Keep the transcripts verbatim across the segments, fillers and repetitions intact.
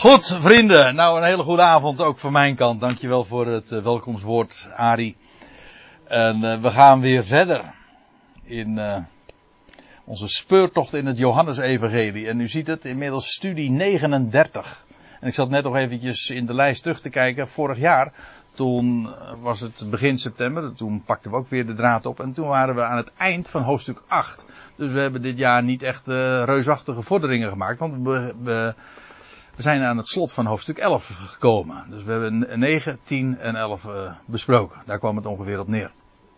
Goed, vrienden. Nou, een hele goede avond ook van mijn kant. Dankjewel voor het uh, welkomstwoord, Arie. En uh, we gaan weer verder in uh, onze speurtocht in het Johannesevangelie. En u ziet het, inmiddels studie negenendertig. En ik zat net nog eventjes in de lijst terug te kijken. Vorig jaar, toen was het begin september. Toen pakten we ook weer de draad op. En toen waren we aan het eind van hoofdstuk acht. Dus we hebben dit jaar niet echt uh, reusachtige vorderingen gemaakt. Want we... we We zijn aan het slot van hoofdstuk elf gekomen. Dus we hebben negen, tien en elf uh, besproken. Daar kwam het ongeveer op neer.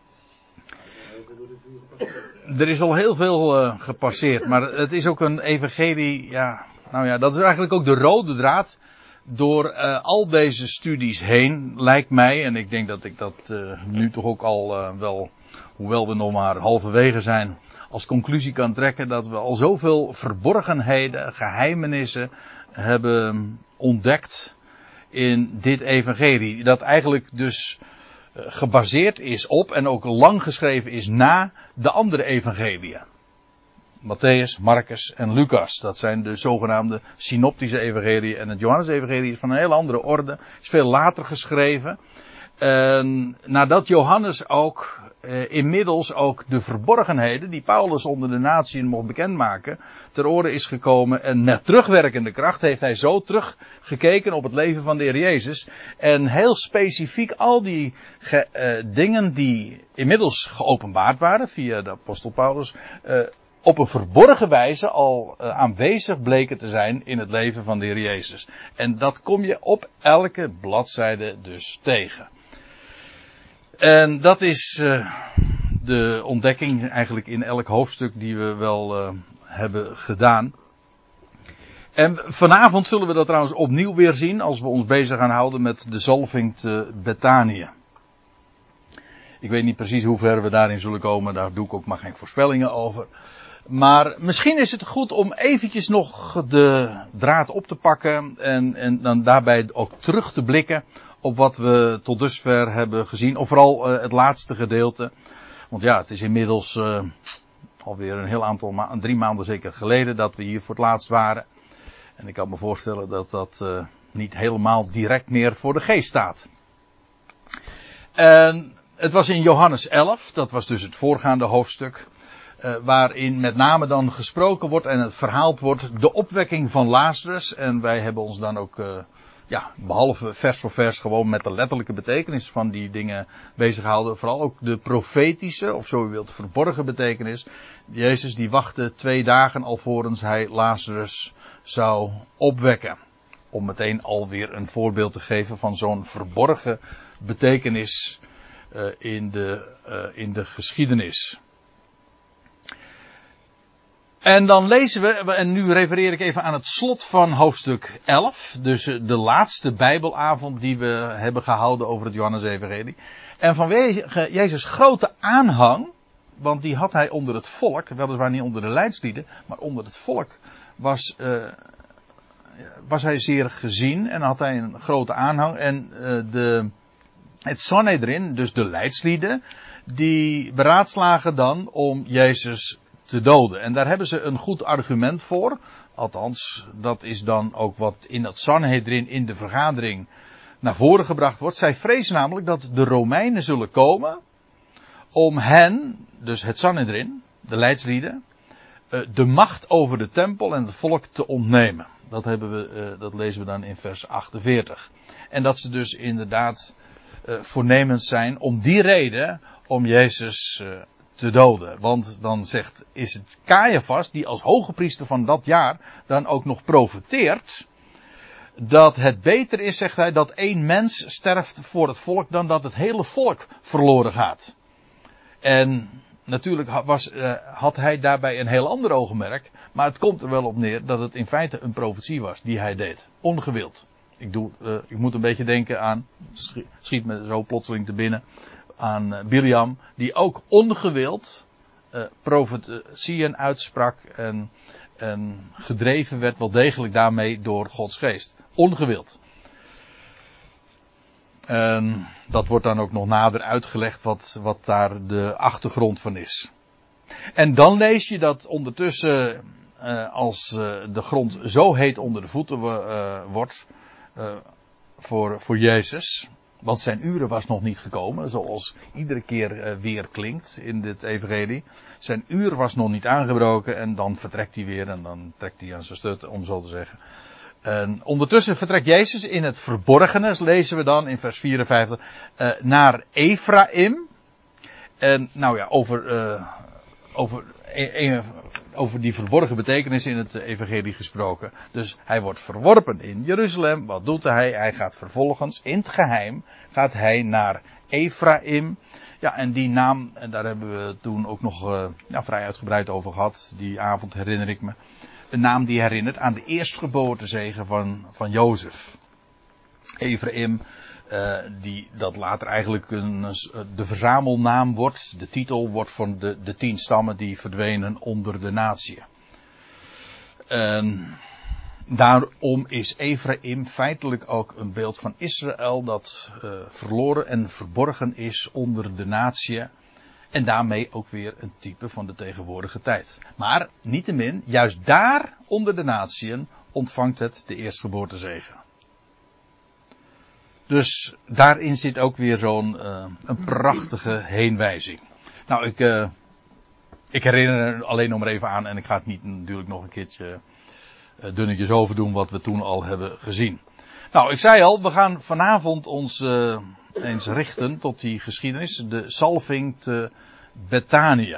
Er is al heel veel uh, gepasseerd. Maar het is ook een evangelie. Ja, nou ja, dat is eigenlijk ook de rode draad. Door uh, al deze studies heen, lijkt mij. En ik denk dat ik dat uh, nu toch ook al uh, wel, hoewel we nog maar halverwege zijn, als conclusie kan trekken. Dat we al zoveel verborgenheden, geheimenissen hebben ontdekt in dit evangelie. Dat eigenlijk dus gebaseerd is op en ook lang geschreven is na de andere evangeliën. Matthäus, Marcus en Lucas. Dat zijn de zogenaamde synoptische evangeliën. En het Johannesevangelie is van een hele andere orde. Is veel later geschreven. En nadat Johannes ook eh, inmiddels ook de verborgenheden die Paulus onder de natieën mocht bekendmaken, ter oore is gekomen. En met terugwerkende kracht heeft hij zo teruggekeken op het leven van de Heer Jezus. En heel specifiek al die ge, eh, dingen die inmiddels geopenbaard waren via de apostel Paulus, eh, op een verborgen wijze al uh, aanwezig bleken te zijn in het leven van de Heer Jezus. En dat kom je op elke bladzijde dus tegen. En dat is uh, de ontdekking eigenlijk in elk hoofdstuk die we wel uh, hebben gedaan. En vanavond zullen we dat trouwens opnieuw weer zien als we ons bezig gaan houden met de zalving te Betanië. Ik weet niet precies hoe ver we daarin zullen komen, daar doe ik ook maar geen voorspellingen over. Maar misschien is het goed om eventjes nog de draad op te pakken en, en dan daarbij ook terug te blikken op wat we tot dusver hebben gezien. Of vooral uh, het laatste gedeelte. Want ja, het is inmiddels uh, alweer een heel aantal, ma- drie maanden zeker geleden dat we hier voor het laatst waren. En ik kan me voorstellen dat dat uh, niet helemaal direct meer voor de geest staat. En het was in Johannes elf, dat was dus het voorgaande hoofdstuk. Uh, waarin met name dan gesproken wordt en het verhaald wordt de opwekking van Lazarus. En wij hebben ons dan ook, uh, ja, behalve vers voor vers gewoon met de letterlijke betekenis van die dingen bezig gehouden. Vooral ook de profetische, of zo u wilt, verborgen betekenis. Jezus die wachtte twee dagen alvorens hij Lazarus zou opwekken. Om meteen alweer een voorbeeld te geven van zo'n verborgen betekenis uh, in de, uh, in de geschiedenis. En dan lezen we, en nu refereer ik even aan het slot van hoofdstuk elf. Dus de laatste Bijbelavond die we hebben gehouden over het Johannesevangelie. En vanwege Jezus' grote aanhang, want die had hij onder het volk, weliswaar niet onder de leidslieden, maar onder het volk was, uh, was hij zeer gezien en had hij een grote aanhang. En uh, de, het Sanhedrin, dus de leidslieden, die beraadslagen dan om Jezus te doden. En daar hebben ze een goed argument voor. Althans, dat is dan ook wat in dat Sanhedrin in de vergadering naar voren gebracht wordt. Zij vrezen namelijk dat de Romeinen zullen komen om hen, dus het Sanhedrin, de leidslieden, de macht over de tempel en het volk te ontnemen. Dat, hebben we, dat lezen we dan in vers achtenveertig. En dat ze dus inderdaad voornemens zijn om die reden om Jezus te doden. Want dan zegt, is het Caiaphas, die als hoge priester van dat jaar dan ook nog profeteert, dat het beter is, zegt hij, dat één mens sterft voor het volk dan dat het hele volk verloren gaat. En natuurlijk was, uh, had hij daarbij een heel ander oogmerk, maar het komt er wel op neer dat het in feite een profetie was die hij deed. Ongewild. Ik, doe, uh, ik moet een beetje denken aan, schiet me zo plotseling te binnen, aan Biliam, die ook ongewild uh, profetieën uitsprak en, en gedreven werd wel degelijk daarmee door Gods geest. Ongewild. En dat wordt dan ook nog nader uitgelegd wat, wat daar de achtergrond van is. En dan lees je dat ondertussen uh, als uh, de grond zo heet onder de voeten uh, wordt uh, voor, voor Jezus. Want zijn uren was nog niet gekomen, zoals iedere keer uh, weer klinkt in dit evangelie. Zijn uur was nog niet aangebroken en dan vertrekt hij weer en dan trekt hij aan zijn stut, om zo te zeggen. En ondertussen vertrekt Jezus in het verborgene, lezen we dan in vers vierenvijftig, uh, naar Ephraim. En nou ja, over, uh, over, e- over die verborgen betekenis in het evangelie gesproken. Dus hij wordt verworpen in Jeruzalem. Wat doet hij? Hij gaat vervolgens in het geheim, gaat hij naar Ephraim. Ja, en die naam, en daar hebben we toen ook nog uh, ja, vrij uitgebreid over gehad. Die avond herinner ik me. Een naam die herinnert aan de eerstgeboortezege van, van Jozef. Ephraim, uh, die dat later eigenlijk een, de verzamelnaam wordt. De titel wordt van de, de tien stammen die verdwenen onder de natie. En daarom is Ephraim feitelijk ook een beeld van Israël dat uh, verloren en verborgen is onder de natie. En daarmee ook weer een type van de tegenwoordige tijd. Maar niettemin, juist daar onder de natieën ontvangt het de eerstgeboortezege. Dus daarin zit ook weer zo'n uh, een prachtige heenwijzing. Nou, ik, uh, ik herinner er alleen nog maar even aan en ik ga het niet natuurlijk nog een keertje uh, dunnetjes overdoen wat we toen al hebben gezien. Nou, ik zei al, we gaan vanavond ons uh, eens richten tot die geschiedenis, de salving te Bethanië.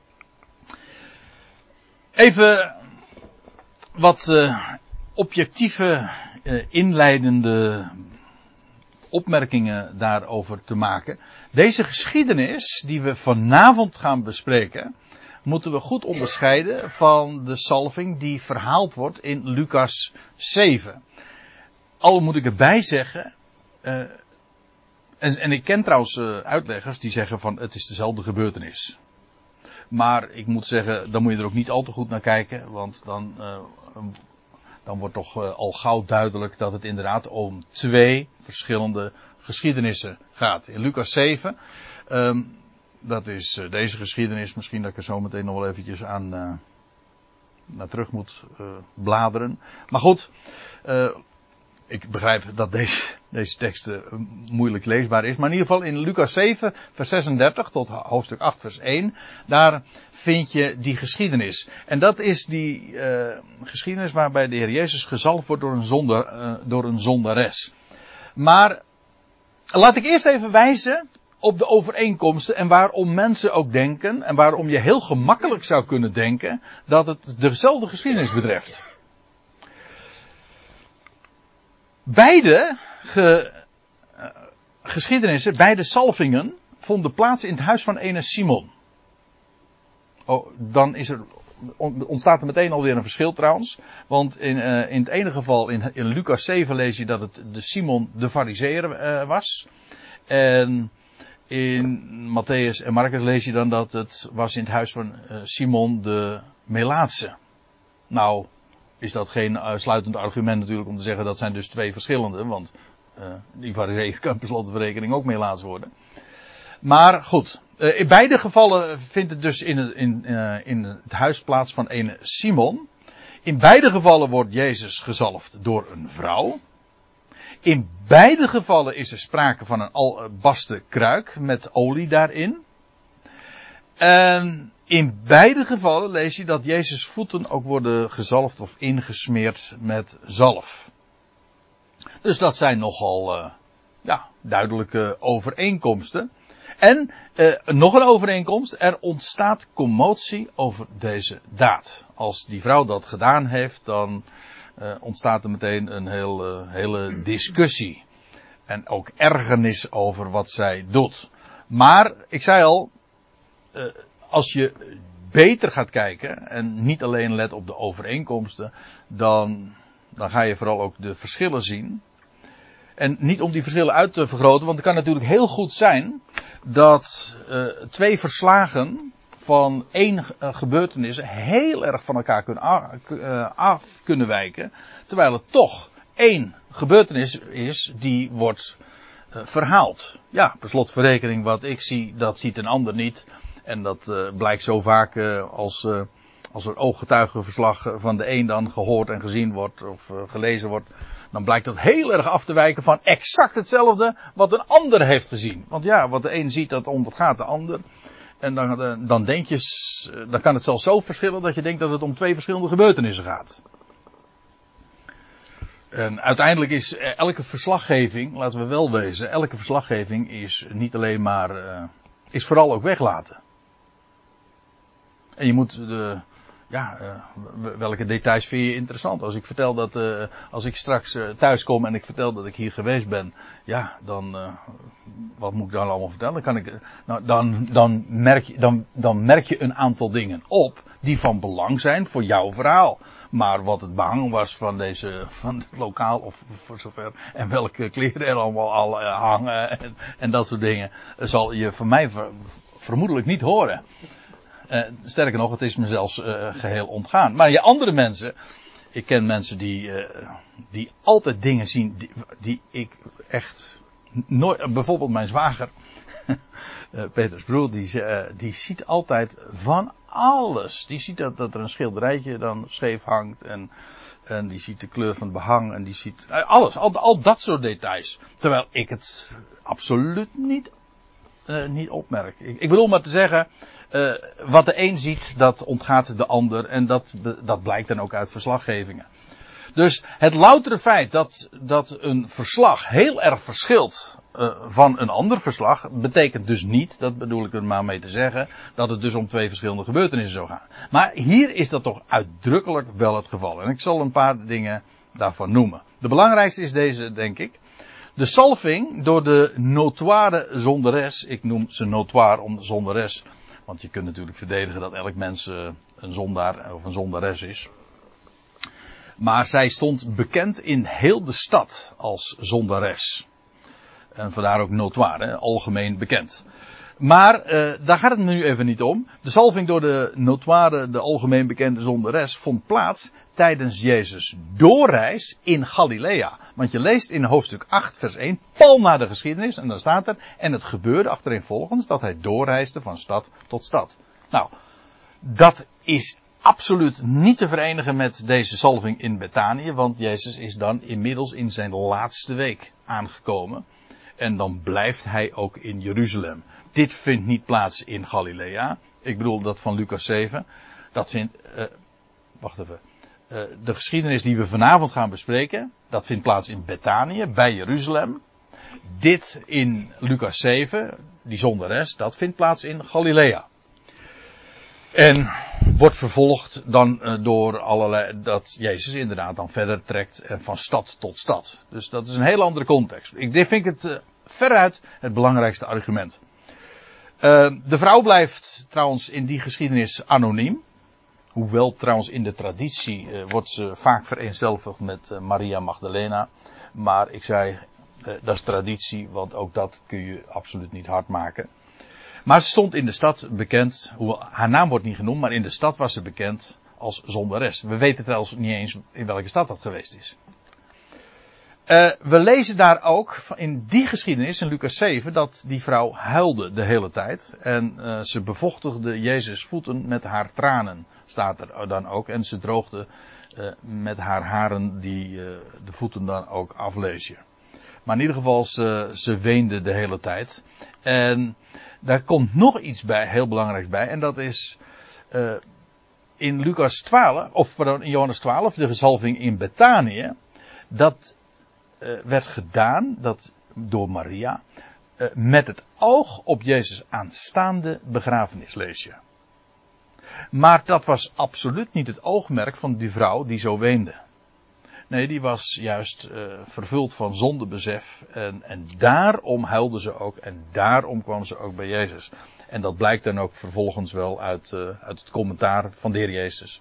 Even wat uh, objectieve, uh, inleidende opmerkingen daarover te maken. Deze geschiedenis die we vanavond gaan bespreken, moeten we goed onderscheiden van de salving die verhaald wordt in Lucas zeven. Al moet ik erbij zeggen, uh, en, en ik ken trouwens uh, uitleggers die zeggen van het is dezelfde gebeurtenis. Maar ik moet zeggen, dan moet je er ook niet al te goed naar kijken, want dan, uh, dan wordt toch uh, al gauw duidelijk dat het inderdaad om twee verschillende geschiedenissen gaat. In Lucas zeven, um, dat is uh, deze geschiedenis, misschien dat ik er zo meteen nog wel eventjes aan uh, naar terug moet uh, bladeren. Maar goed, uh, ik begrijp dat deze, deze tekst uh, moeilijk leesbaar is. Maar in ieder geval in Lucas zeven vers zesendertig tot hoofdstuk acht vers één. Daar vind je die geschiedenis. En dat is die uh, geschiedenis waarbij de Heer Jezus gezalfd wordt door een, zonder, uh, door een zondares. Maar laat ik eerst even wijzen op de overeenkomsten en waarom mensen ook denken. En waarom je heel gemakkelijk zou kunnen denken dat het dezelfde geschiedenis betreft. Beide ge, uh, geschiedenissen, beide salvingen, vonden plaats in het huis van ene Simon. Oh, dan is er, ontstaat er meteen alweer een verschil trouwens. Want in, uh, in het ene geval, in, in Lucas zeven lees je dat het de Simon de Farizeeër uh, was. En in Matthäus en Marcus lees je dan dat het was in het huis van uh, Simon de Melaatse. Nou, is dat geen uitsluitend argument natuurlijk om te zeggen dat zijn dus twee verschillende. Want uh, die Farizeeër kan per slot van rekening ook Melaats worden. Maar goed, uh, in beide gevallen vindt het dus in het, in, uh, in het huis plaats van een Simon. In beide gevallen wordt Jezus gezalfd door een vrouw. In beide gevallen is er sprake van een albasten kruik met olie daarin. En in beide gevallen lees je dat Jezus' voeten ook worden gezalfd of ingesmeerd met zalf. Dus dat zijn nogal uh, ja, duidelijke overeenkomsten. En uh, nog een overeenkomst, er ontstaat commotie over deze daad. Als die vrouw dat gedaan heeft, dan uh, ontstaat er meteen een heel, uh, hele discussie. En ook ergernis over wat zij doet. Maar, ik zei al, uh, als je beter gaat kijken en niet alleen let op de overeenkomsten, dan, dan ga je vooral ook de verschillen zien. En niet om die verschillen uit te vergroten, want het kan natuurlijk heel goed zijn dat uh, twee verslagen van één uh, gebeurtenis heel erg van elkaar kunnen af, uh, af kunnen wijken, terwijl het toch één gebeurtenis is die wordt uh, verhaald. Ja, per slot van rekening wat ik zie, dat ziet een ander niet. En dat uh, blijkt zo vaak uh, als, uh, als er ooggetuigenverslag van de een dan gehoord en gezien wordt of uh, gelezen wordt, dan blijkt dat heel erg af te wijken van exact hetzelfde wat een ander heeft gezien. Want ja, wat de een ziet, dat ondergaat de ander. En dan, dan denk je, dan kan het zelfs zo verschillen dat je denkt dat het om twee verschillende gebeurtenissen gaat. En uiteindelijk is elke verslaggeving, laten we wel wezen, elke verslaggeving is niet alleen maar, uh, is vooral ook weglaten. En je moet de, ja, uh, welke details vind je interessant? Als ik vertel dat, uh, als ik straks uh, thuis kom en ik vertel dat ik hier geweest ben, ja, dan, uh, wat moet ik dan allemaal vertellen? Dan kan ik, uh, nou, dan, dan merk je, dan, dan merk je een aantal dingen op die van belang zijn voor jouw verhaal. Maar wat het behang was van deze, van het lokaal of voor zover, en welke kleren er allemaal al uh, hangen en, en dat soort dingen, zal je van mij ver, vermoedelijk niet horen. Uh, sterker nog, het is me zelfs uh, geheel ontgaan. Maar je andere mensen, ik ken mensen die, uh, die altijd dingen zien die, die ik echt nooit, bijvoorbeeld mijn zwager, uh, Peters broer, die, uh, die ziet altijd van alles. Die ziet dat, dat er een schilderijtje dan scheef hangt en, en die ziet de kleur van het behang en die ziet uh, alles, al, al dat soort details. Terwijl ik het absoluut niet, uh, niet opmerk. Ik, ik bedoel maar te zeggen, Uh, wat de een ziet, dat ontgaat de ander. En dat, dat blijkt dan ook uit verslaggevingen. Dus het loutere feit dat, dat een verslag heel erg verschilt uh, van een ander verslag, betekent dus niet, dat bedoel ik er maar mee te zeggen, dat het dus om twee verschillende gebeurtenissen zou gaan. Maar hier is dat toch uitdrukkelijk wel het geval. En ik zal een paar dingen daarvan noemen. De belangrijkste is deze, denk ik. De salving door de notoire zonderes. Ik noem ze notoire om zonderes. Want je kunt natuurlijk verdedigen dat elk mens uh, een zondaar of een zondares is. Maar zij stond bekend in heel de stad als zondares. En vandaar ook notoire, hè, algemeen bekend. Maar uh, daar gaat het nu even niet om. De salving door de notoire, de algemeen bekende zondares, vond plaats tijdens Jezus' doorreis in Galilea. Want je leest in hoofdstuk acht vers één, pal na de geschiedenis, en dan staat er, en het gebeurde achtereenvolgens dat hij doorreisde van stad tot stad. Nou, dat is absoluut niet te verenigen met deze salving in Betanië, want Jezus is dan inmiddels in zijn laatste week aangekomen. En dan blijft hij ook in Jeruzalem. Dit vindt niet plaats in Galilea. Ik bedoel dat van Lucas zeven. Dat vindt, uh, wacht even. Uh, de geschiedenis die we vanavond gaan bespreken, dat vindt plaats in Betanië, bij Jeruzalem. Dit in Lucas zeven, die zondares, dat vindt plaats in Galilea. En wordt vervolgd dan uh, door allerlei, dat Jezus inderdaad dan verder trekt uh, van stad tot stad. Dus dat is een heel andere context. Ik dit vind ik het uh, veruit het belangrijkste argument. Uh, de vrouw blijft trouwens in die geschiedenis anoniem. Hoewel trouwens in de traditie uh, wordt ze vaak vereenzelvigd met uh, Maria Magdalena. Maar ik zei, uh, dat is traditie, want ook dat kun je absoluut niet hard maken. Maar ze stond in de stad bekend, hoewel haar naam wordt niet genoemd, maar in de stad was ze bekend als zondares. We weten trouwens niet eens in welke stad dat geweest is. Uh, we lezen daar ook in die geschiedenis, in Lucas zeven, dat die vrouw huilde de hele tijd. En uh, ze bevochtigde Jezus' voeten met haar tranen, staat er dan ook. En ze droogde uh, met haar haren die uh, de voeten dan ook aflees je. Maar in ieder geval, ze, ze weende de hele tijd. En daar komt nog iets bij, heel belangrijks bij. En dat is uh, in Lucas twaalf, of pardon, in Johannes twaalf, de gezalving in Betanië. Dat uh, werd gedaan, dat door Maria, uh, met het oog op Jezus aanstaande begrafenis, lees je. Maar dat was absoluut niet het oogmerk van die vrouw die zo weende. Nee, die was juist uh, vervuld van zondebesef. En, en daarom huilde ze ook. En daarom kwam ze ook bij Jezus. En dat blijkt dan ook vervolgens wel uit, uh, uit het commentaar van de Heer Jezus.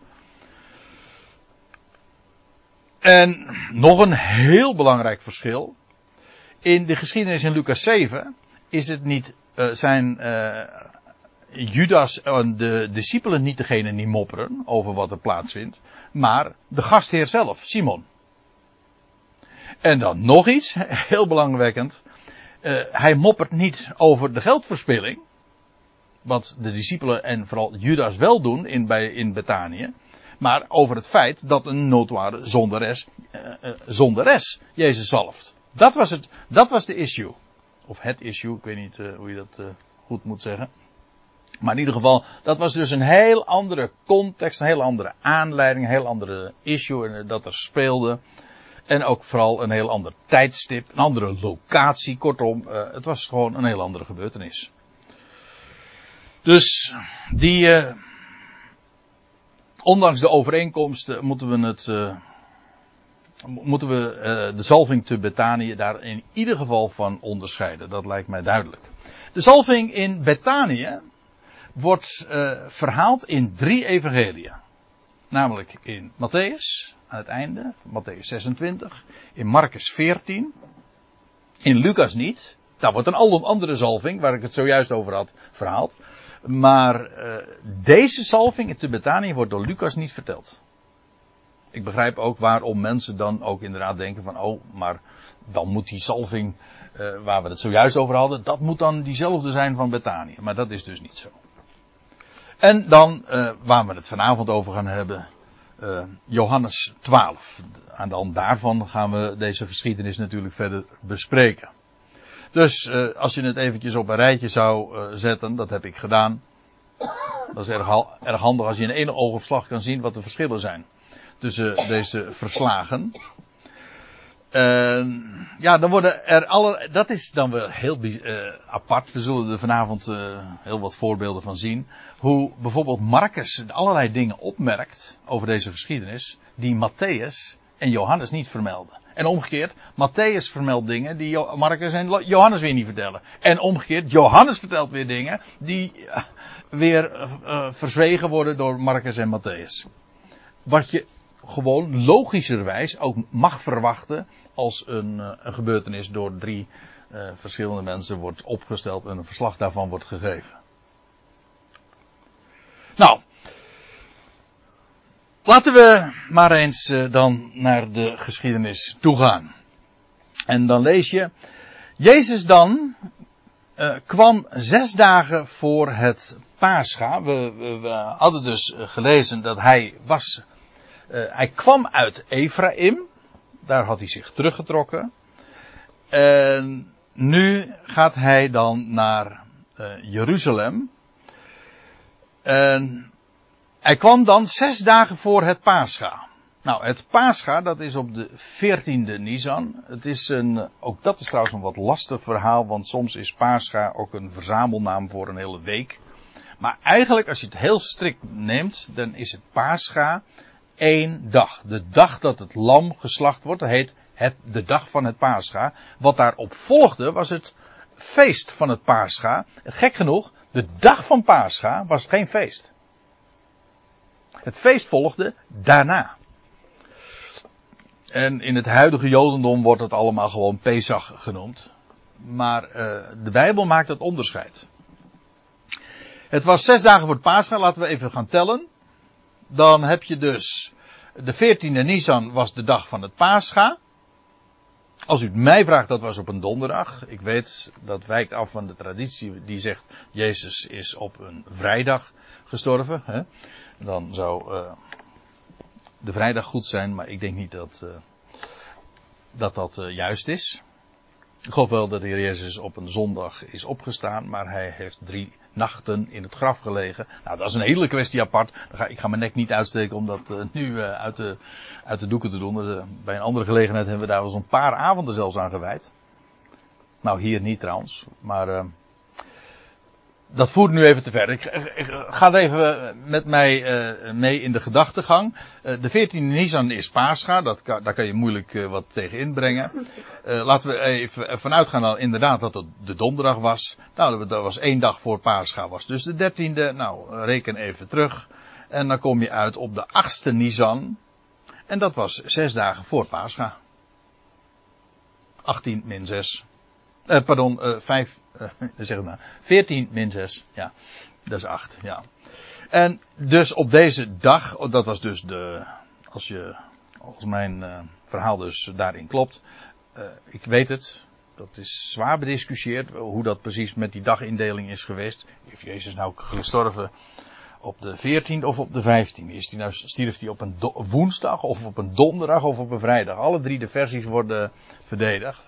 En nog een heel belangrijk verschil. In de geschiedenis in Lucas zeven is het niet, uh, zijn uh, Judas en de discipelen niet degene die mopperen over wat er plaatsvindt. Maar de gastheer zelf, Simon. En dan nog iets, heel belangwekkend. Uh, hij moppert niet over de geldverspilling. wat de discipelen en vooral Judas wel doen in, bij, in Betanië. Maar over het feit dat een notoire zonderes, uh, uh, zonderes Jezus zalft. Dat was het, dat was de issue. Of het issue, ik weet niet uh, hoe je dat uh, goed moet zeggen. Maar in ieder geval, dat was dus een heel andere context, een heel andere aanleiding, een heel andere issue dat er speelde. En ook vooral een heel ander tijdstip, een andere locatie. Kortom, uh, het was gewoon een heel andere gebeurtenis. Dus die, uh, ondanks de overeenkomsten moeten we het, uh, moeten we uh, de zalving te Betanië daar in ieder geval van onderscheiden. Dat lijkt mij duidelijk. De zalving in Betanië wordt uh, verhaald in drie evangeliën. Namelijk in Matthäus, aan het einde, Matthäus zesentwintig, in Marcus veertien, in Lucas niet. Daar wordt een andere zalving, waar ik het zojuist over had, verhaald. Maar uh, deze zalving te Betanië wordt door Lucas niet verteld. Ik begrijp ook waarom mensen dan ook inderdaad denken van, oh, maar dan moet die zalving, uh, waar we het zojuist over hadden, dat moet dan diezelfde zijn van Betanië. Maar dat is dus niet zo. En dan, uh, waar we het vanavond over gaan hebben, uh, Johannes twaalf. Aan de hand daarvan gaan we deze geschiedenis natuurlijk verder bespreken. Dus uh, als je het eventjes op een rijtje zou uh, zetten, dat heb ik gedaan. Dat is erg, erg handig als je in één oogopslag kan zien wat de verschillen zijn tussen deze verslagen. Uh, ja, dan worden er alle, dat is dan wel heel uh, apart. We zullen er vanavond uh, heel wat voorbeelden van zien. Hoe bijvoorbeeld Marcus allerlei dingen opmerkt over deze geschiedenis, die Matthäus en Johannes niet vermelden. En omgekeerd, Matthäus vermeldt dingen die Marcus en Johannes weer niet vertellen. En omgekeerd, Johannes vertelt weer dingen die uh, weer uh, verzwegen worden door Marcus en Matthäus. Wat je gewoon logischerwijs ook mag verwachten als een, uh, een gebeurtenis door drie uh, verschillende mensen wordt opgesteld en een verslag daarvan wordt gegeven. Nou, laten we maar eens uh, dan naar de geschiedenis toe gaan. En dan lees je, Jezus dan uh, kwam zes dagen voor het Pascha. We, we, we hadden dus gelezen dat hij was, uh, hij kwam uit Ephraim. Daar had hij zich teruggetrokken. En nu gaat hij dan naar uh, Jeruzalem. En hij kwam dan zes dagen voor het Pascha. Nou, het Pascha, dat is op de veertiende Nisan. Het is een, ook dat is trouwens een wat lastig verhaal, want soms is Pascha ook een verzamelnaam voor een hele week. Maar eigenlijk, als je het heel strikt neemt, dan is het Pascha één dag. De dag dat het lam geslacht wordt, dat heet het, de dag van het Pascha. Wat daarop volgde, was het feest van het Pascha. Gek genoeg, de dag van Pascha was geen feest. Het feest volgde daarna. En in het huidige Jodendom wordt het allemaal gewoon Pesach genoemd. Maar uh, de Bijbel maakt dat onderscheid. Het was zes dagen voor het Pascha, laten we even gaan tellen. Dan heb je dus de veertiende Nisan was de dag van het Pascha. Als u het mij vraagt, dat was op een donderdag. Ik weet, dat wijkt af van de traditie die zegt, Jezus is op een vrijdag gestorven. Hè? Dan zou uh, de vrijdag goed zijn, maar ik denk niet dat uh, dat, dat uh, juist is. Ik geloof wel dat de Heer Jezus op een zondag is opgestaan, maar hij heeft drie nachten in het graf gelegen. Nou, dat is een hele kwestie apart. Ik ga mijn nek niet uitsteken om dat uh, nu uh, uit, de, uit de doeken te doen. Uh, bij een andere gelegenheid hebben we daar wel zo'n paar avonden zelfs aan gewijd. Nou, hier niet trouwens, maar uh, dat voert nu even te ver. Ik, ik, ik ga er even met mij uh, mee in de gedachtegang. Uh, de veertiende Nisan is Pascha, dat kan, daar kan je moeilijk uh, wat tegen inbrengen. Uh, laten we even vanuit gaan dan inderdaad dat het de donderdag was. Nou, dat was één dag voor Pascha, was dus de dertiende. Nou, reken even terug. En dan kom je uit op de achtste Nisan. En dat was zes dagen voor Pascha. achttien min zes. Uh, pardon, uh, vijf, uh, zeg het maar. veertien min zes, ja. Dat is acht, ja. En dus op deze dag, dat was dus de, als je, als mijn uh, verhaal dus daarin klopt. Uh, ik weet het, Dat is zwaar bediscussieerd hoe dat precies met die dagindeling is geweest. Heeft Jezus nou gestorven op de veertiende of op de vijftiende? Is die nou, stierf hij op een do- woensdag of op een donderdag of op een vrijdag? Alle drie de versies worden verdedigd.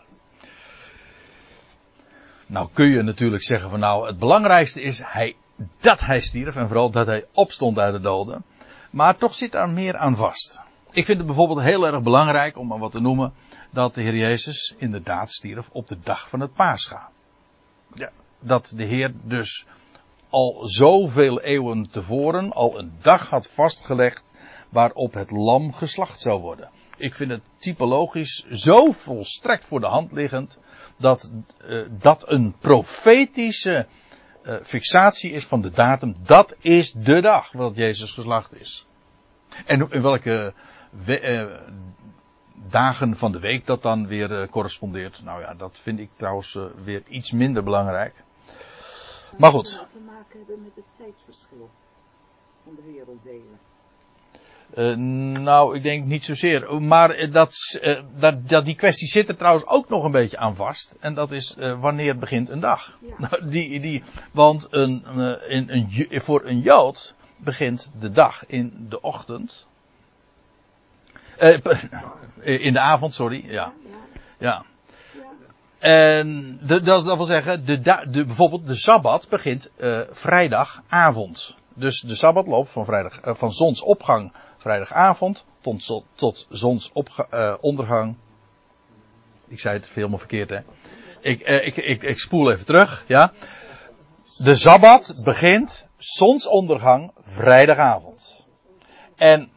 Nou kun je natuurlijk zeggen van nou het belangrijkste is hij, dat hij stierf en vooral dat hij opstond uit de doden. Maar toch zit daar meer aan vast. Ik vind het bijvoorbeeld heel erg belangrijk, om maar wat te noemen, dat de Heer Jezus inderdaad stierf op de dag van het Pascha. Ja, dat de Heer dus al zoveel eeuwen tevoren al een dag had vastgelegd waarop het lam geslacht zou worden. Ik vind het typologisch zo volstrekt voor de hand liggend dat uh, dat een profetische uh, fixatie is van de datum. Dat is de dag dat Jezus geslacht is. En in welke we, uh, dagen van de week dat dan weer uh, correspondeert. Nou ja, dat vind ik trouwens uh, weer iets minder belangrijk. Maar goed. Zou dat te maken hebben met het tijdsverschil van de werelddelen? Uh, nou, ik denk niet zozeer. Maar dat, uh, dat, dat, die kwestie zit er trouwens ook nog een beetje aan vast. En dat is uh, wanneer begint een dag. Ja. Nou, die, die, want een, uh, in, een, voor een Jood begint de dag in de ochtend. Uh, in de avond, sorry. Ja. Ja. Ja. Ja. En de, dat, dat wil zeggen, de, de, bijvoorbeeld de Sabbat begint uh, vrijdagavond. Dus de Sabbat loopt van, vrijdag, uh, van zonsopgang vrijdagavond tot, tot zonsondergang. Uh, ik zei het helemaal verkeerd, hè. Ik, uh, ik, ik, ik spoel even terug, ja. De Sabbat begint zonsondergang vrijdagavond. En,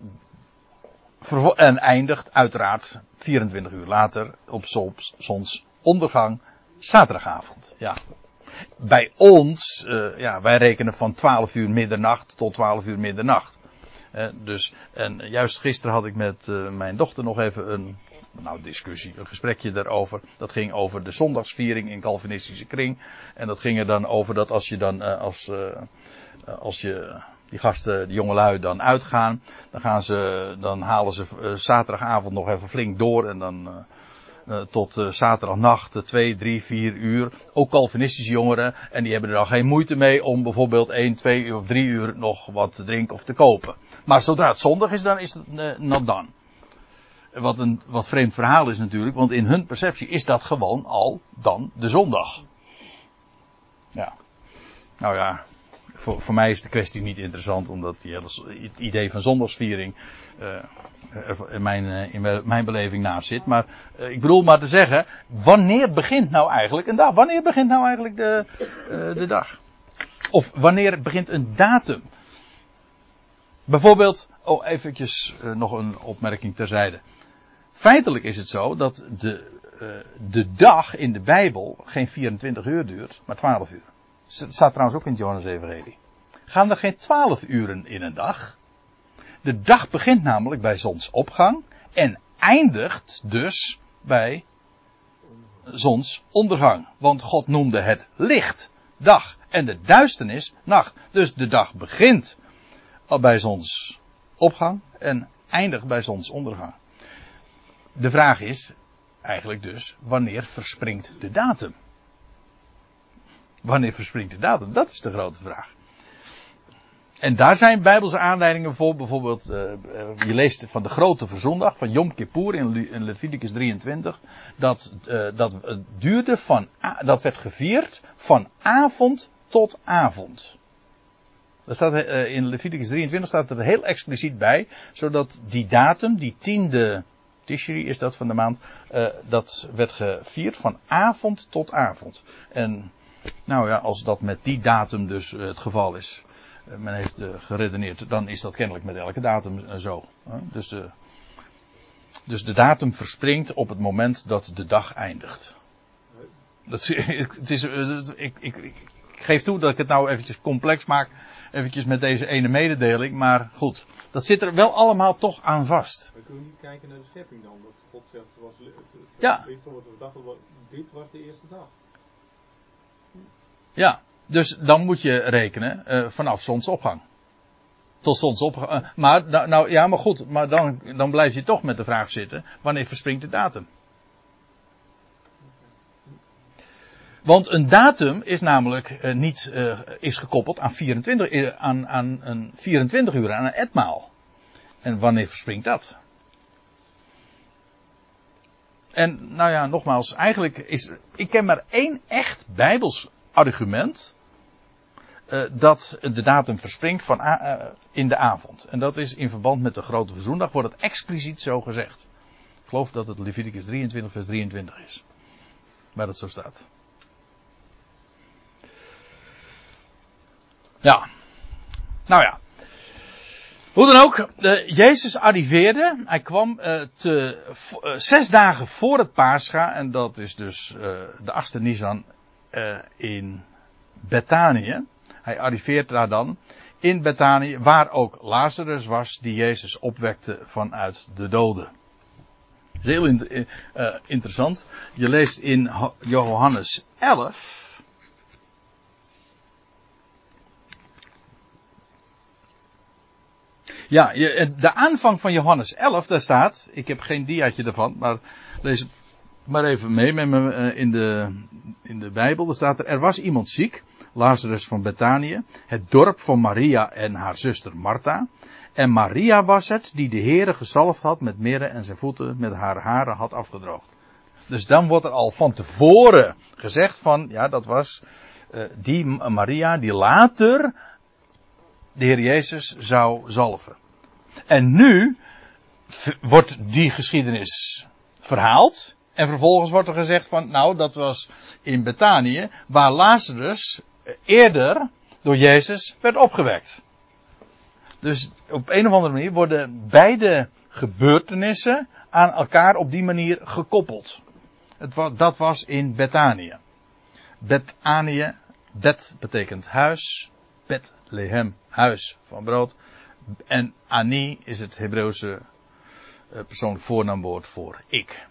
en eindigt uiteraard vierentwintig uur later op zonsondergang zaterdagavond. Ja. Bij ons, uh, ja, wij rekenen van twaalf uur middernacht tot twaalf uur middernacht. Uh, dus, en juist gisteren had ik met uh, mijn dochter nog even een, nou discussie, een gesprekje daarover. Dat ging over de zondagsviering in Calvinistische kring. En dat ging er dan over dat als je dan, uh, als, uh, als je, die gasten, die jongelui dan uitgaan, dan gaan ze, dan halen ze uh, zaterdagavond nog even flink door en dan, uh, Uh, tot uh, zaterdagnacht, uh, twee, drie, vier uur. Ook Calvinistische jongeren. En die hebben er dan geen moeite mee om bijvoorbeeld één, twee uur of drie uur nog wat te drinken of te kopen. Maar zodra het zondag is, dan is het uh, not done. Wat een wat vreemd verhaal is natuurlijk. Want in hun perceptie is dat gewoon al dan de zondag. Ja. Nou ja. Voor, voor mij is de kwestie niet interessant. Omdat die hele, het idee van zondagsviering Uh, in mijn, in mijn beleving naast zit. Maar uh, ik bedoel maar te zeggen, wanneer begint nou eigenlijk een dag? Wanneer begint nou eigenlijk de, uh, de dag? Of wanneer begint een datum? Bijvoorbeeld, oh eventjes uh, nog een opmerking terzijde. Feitelijk is het zo dat de, uh, de dag in de Bijbel geen vierentwintig uur duurt, maar twaalf uur. Het staat trouwens ook in het Johannes-evangelie. Gaan er geen twaalf uren in een dag? De dag begint namelijk bij zonsopgang en eindigt dus bij zonsondergang. Want God noemde het licht dag en de duisternis nacht. Dus de dag begint al bij zonsopgang en eindigt bij zonsondergang. De vraag is eigenlijk dus, wanneer verspringt de datum? Wanneer verspringt de datum? Dat is de grote vraag. En daar zijn bijbelse aanleidingen voor. Bijvoorbeeld, uh, je leest van de grote verzondag van Yom Kippur in, in Leviticus drieëntwintig. Dat, uh, dat uh, duurde van, dat werd gevierd van avond tot avond. Dat staat uh, in Leviticus drieëntwintig staat er heel expliciet bij. Zodat die datum, die tiende Tishri is dat van de maand. Uh, dat werd gevierd van avond tot avond. En nou ja, als dat met die datum dus uh, het geval is. Men heeft uh, geredeneerd, dan is dat kennelijk met elke datum uh, zo. Uh, dus, de, dus de datum verspringt op het moment dat de dag eindigt. Dat, het is, uh, ik, ik, ik geef toe dat ik het nou eventjes complex maak, eventjes met deze ene mededeling, maar goed, dat zit er wel allemaal toch aan vast. We kunnen niet kijken naar de schepping dan, dat God zegt, het was, het, het, ja. we dachten, dit was de eerste dag. Ja. Dus dan moet je rekenen uh, vanaf zonsopgang. Tot zonsopgang. Uh, maar, nou, nou ja, maar goed. Maar dan, dan blijf je toch met de vraag zitten. Wanneer verspringt de datum? Want een datum is namelijk uh, niet uh, is gekoppeld aan, vierentwintig, uh, aan, aan een vierentwintig uur, aan een etmaal. En wanneer verspringt dat? En nou ja, nogmaals, eigenlijk is ik ken maar één echt Bijbels argument uh, dat de datum verspringt van a, uh, in de avond. En dat is in verband met de grote verzoendag, wordt het expliciet zo gezegd. Ik geloof dat het Leviticus drieëntwintig vers drieëntwintig is. Waar dat zo staat. Ja. Nou ja. Hoe dan ook, uh, Jezus arriveerde. Hij kwam uh, te, uh, zes dagen voor het Pascha. En dat is dus uh, de achtste Nisan uh, in Bethanië. Hij arriveert daar dan in Bethanië, waar ook Lazarus was, die Jezus opwekte vanuit de doden. Dat is heel inter- uh, interessant. Je leest in Johannes elf. Ja, de aanvang van Johannes elf, daar staat, ik heb geen diaatje ervan, maar lees het maar even mee met me in de, in de Bijbel. Er staat er, er was iemand ziek, Lazarus van Bethanië, het dorp van Maria en haar zuster Martha. En Maria was het die de Heere gezalfd had met mirre en zijn voeten met haar haren had afgedroogd. Dus dan wordt er al van tevoren gezegd van, ja, dat was uh, die Maria die later de Heer Jezus zou zalven. En nu v- wordt die geschiedenis verhaald. En vervolgens wordt er gezegd van, nou, dat was in Bethanië, waar Lazarus eerder door Jezus werd opgewekt. Dus op een of andere manier worden beide gebeurtenissen aan elkaar op die manier gekoppeld. Het was, dat was in Bethanië. Bethanië, Bet betekent huis, Bethlehem, huis van brood. En Ani is het Hebreeuwse uh, persoonlijk voornaamwoord voor ik.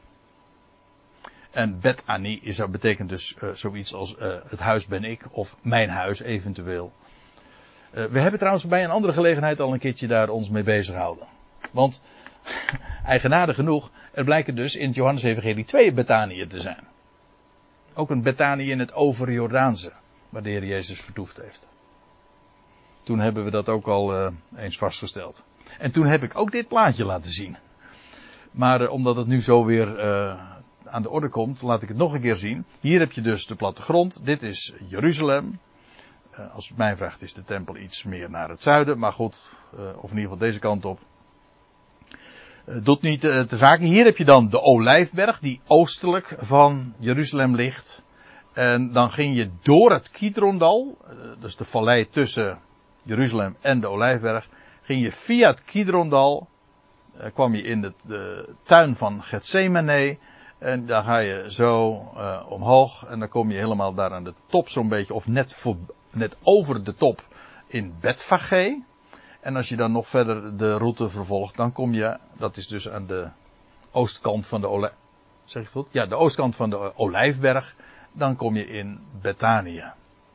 En Bet-Ani is, betekent dus uh, zoiets als uh, het huis ben ik, of mijn huis eventueel. Uh, we hebben trouwens bij een andere gelegenheid al een keertje daar ons mee bezig gehouden. Want, eigenaardig genoeg, er blijken dus in het Johannes-evangelie twee Bethaniën te zijn. Ook een Bethanië in het overjordaanse, waar de Heer Jezus vertoefd heeft. Toen hebben we dat ook al uh, eens vastgesteld. En toen heb ik ook dit plaatje laten zien. Maar uh, omdat het nu zo weer uh, aan de orde komt, laat ik het nog een keer zien. Hier heb je dus de plattegrond. Dit is Jeruzalem. Uh, als het mij vraagt is de tempel iets meer naar het zuiden. Maar goed, uh, of in ieder geval deze kant op. Uh, doet niet uh, te zaken. Hier heb je dan de Olijfberg, die oostelijk van Jeruzalem ligt. En dan ging je door het Kidrondal, uh, dus de vallei tussen Jeruzalem en de Olijfberg, ging je via het Kidrondal, uh, kwam je in de, de tuin van Getsemane. En daar ga je zo uh, omhoog en dan kom je helemaal daar aan de top zo'n beetje, of net, voor, net over de top in Betfage. En als je dan nog verder de route vervolgt, dan kom je, dat is dus aan de oostkant van de Olij... Zeg ik het goed? Ja, de oostkant van de Olijfberg. Dan kom je in Bethanië.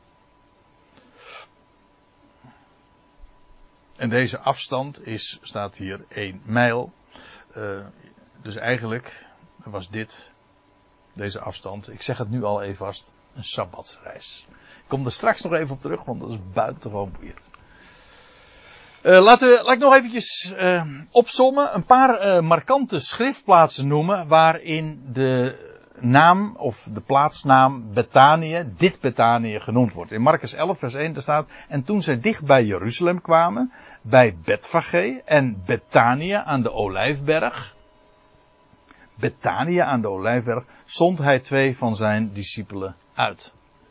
En deze afstand is, staat hier één mijl. Uh, dus eigenlijk was dit, deze afstand, ik zeg het nu al even vast, een sabbatsreis. Ik kom er straks nog even op terug, want dat is buitengewoon boeiend. Uh, laten we, laat ik nog eventjes uh, opsommen, een paar uh, markante schriftplaatsen noemen waarin de naam of de plaatsnaam Bethanië, dit Bethanië genoemd wordt. In Marcus elf vers één daar staat, en toen zij dicht bij Jeruzalem kwamen, bij Betfage en Bethanië aan de Olijfberg, Bethanië aan de Olijfberg, zond hij twee van zijn discipelen uit.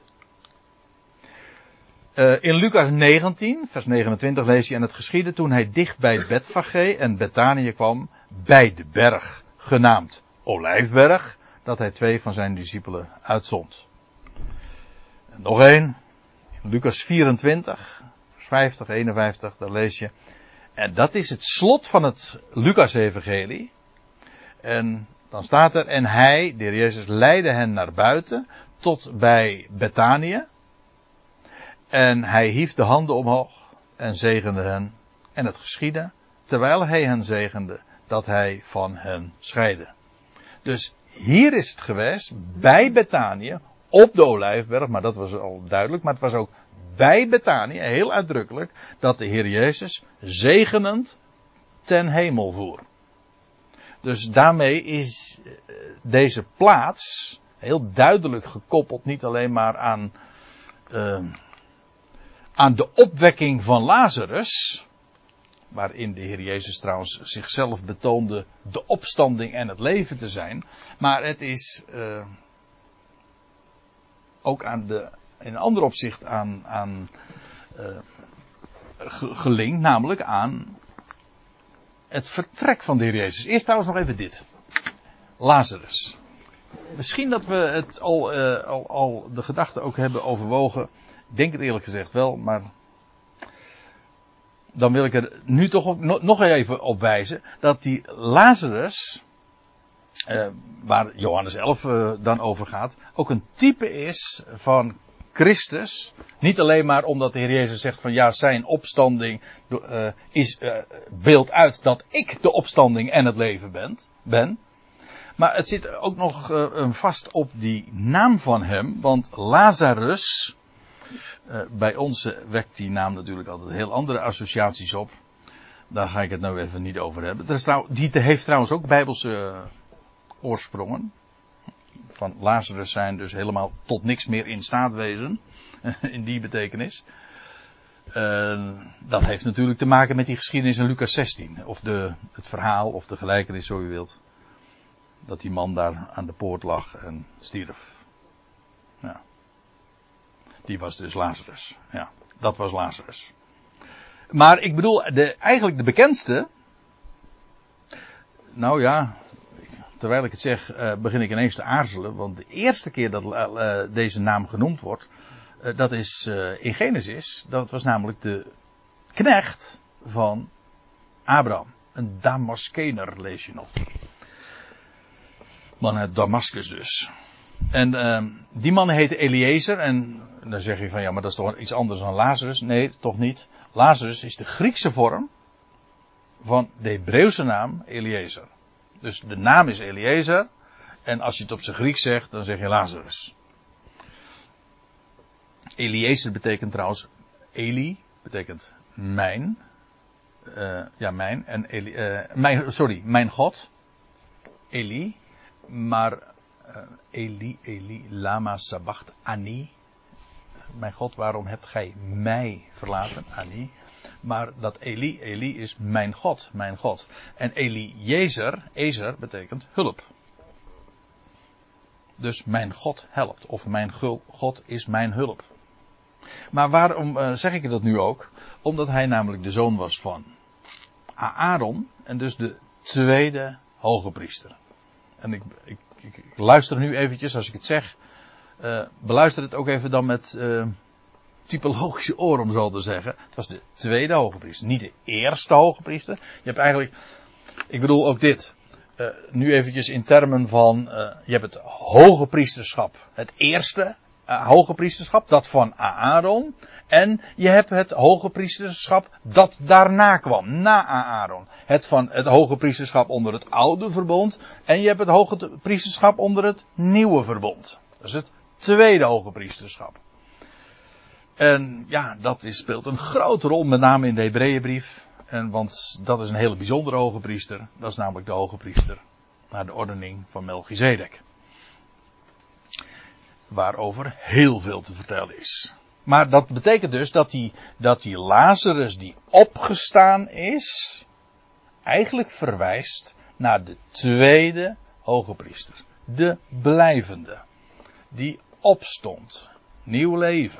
Uh, in Lucas negentien, vers negenentwintig lees je, en het geschiedde toen hij dicht bij Betfage en Bethanië kwam, bij de berg, genaamd Olijfberg, dat hij twee van zijn discipelen uitzond. En nog één, in Lucas vierentwintig, vers vijftig, eenenvijftig, daar lees je, en dat is het slot van het Lucas-evangelie. En dan staat er, en hij, de Heer Jezus, leidde hen naar buiten, tot bij Bethanië. En hij hief de handen omhoog en zegende hen. En het geschiedde, terwijl hij hen zegende, dat hij van hen scheidde. Dus hier is het geweest, bij Bethanië, op de Olijfberg, maar dat was al duidelijk. Maar het was ook bij Betanië, heel uitdrukkelijk, dat de Heer Jezus zegenend ten hemel voer. Dus daarmee is deze plaats heel duidelijk gekoppeld, niet alleen maar aan, uh, aan de opwekking van Lazarus, waarin de Heer Jezus trouwens zichzelf betoonde de opstanding en het leven te zijn, maar het is uh, ook aan de, in een ander opzicht aan, aan uh, ge, gelinkt, namelijk aan het vertrek van de Heer Jezus. Eerst trouwens nog even dit. Lazarus. Misschien dat we het al, uh, al, al de gedachte ook hebben overwogen. Ik denk het eerlijk gezegd wel, maar dan wil ik er nu toch ook nog even op wijzen dat die Lazarus, uh, waar Johannes elf uh, dan over gaat, ook een type is van Christus. Niet alleen maar omdat de Heer Jezus zegt van ja, zijn opstanding uh, is uh, beeld uit dat ik de opstanding en het leven ben. ben. Maar het zit ook nog uh, vast op die naam van hem, want Lazarus, uh, bij ons wekt die naam natuurlijk altijd heel andere associaties op. Daar ga ik het nou even niet over hebben. Er is trouw, die heeft trouwens ook bijbelse uh, oorsprongen. Van Lazarus zijn dus helemaal tot niks meer in staat wezen. In die betekenis. Uh, dat heeft natuurlijk te maken met die geschiedenis in Lucas zestien. Of de, het verhaal of de gelijkenis, zo u wilt. Dat die man daar aan de poort lag en stierf. Ja. Die was dus Lazarus. Ja, dat was Lazarus. Maar ik bedoel, de, eigenlijk de bekendste. Nou ja, terwijl ik het zeg, uh, begin ik ineens te aarzelen. Want de eerste keer dat uh, deze naam genoemd wordt, uh, dat is uh, in Genesis. Dat was namelijk de knecht van Abraham. Een Damaskener lees je nog. Man uit Damascus dus. En uh, die man heette Eliezer. En dan zeg je van ja, maar dat is toch iets anders dan Lazarus. Nee, toch niet. Lazarus is de Griekse vorm van de Hebreeuwse naam Eliezer. Dus de naam is Eliezer. En als je het op zijn Grieks zegt, dan zeg je Lazarus. Eliezer betekent trouwens, Eli betekent mijn. Uh, ja, mijn. En Eli, uh, mijn, sorry, mijn God. Eli. Maar uh, Eli, Eli, lama sabacht ani. Mijn God, waarom hebt gij mij verlaten? Ani. Maar dat Eli, Eli is mijn God, mijn God. En Eliezer, Ezer betekent hulp. Dus mijn God helpt. Of mijn God is mijn hulp. Maar waarom uh, zeg ik dat nu ook? Omdat hij namelijk de zoon was van Aaron. En dus de tweede hoge priester. En ik, ik, ik, ik luister nu eventjes, als ik het zeg. Uh, beluister het ook even dan met uh, typologische oor, om zo te zeggen. Het was de tweede hoge priester. Niet de eerste hoge priester. Je hebt eigenlijk, ik bedoel ook dit. Uh, nu eventjes in termen van, uh, je hebt het hoge priesterschap. Het eerste uh, hoge priesterschap, dat van Aaron. En je hebt het hoge priesterschap dat daarna kwam, na Aaron. Het van het hoge priesterschap onder het oude verbond. En je hebt het hoge priesterschap onder het nieuwe verbond. Dat is het tweede hoge priesterschap. En ja, dat is, speelt een grote rol, met name in de Hebreeënbrief. En want dat is een hele bijzondere hoge priester. Dat is namelijk de hoge priester naar de ordening van Melchizedek. Waarover heel veel te vertellen is. Maar dat betekent dus dat die, dat die Lazarus die opgestaan is, eigenlijk verwijst naar de tweede hoge priester. De blijvende. Die opstond. Nieuw leven.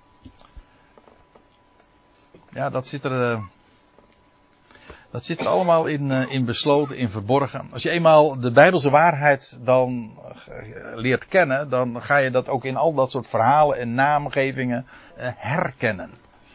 Ja, dat zit er, uh, dat zit er allemaal in, uh, in besloten, in verborgen. Als je eenmaal de Bijbelse waarheid dan uh, leert kennen, dan ga je dat ook in al dat soort verhalen en naamgevingen uh, herkennen.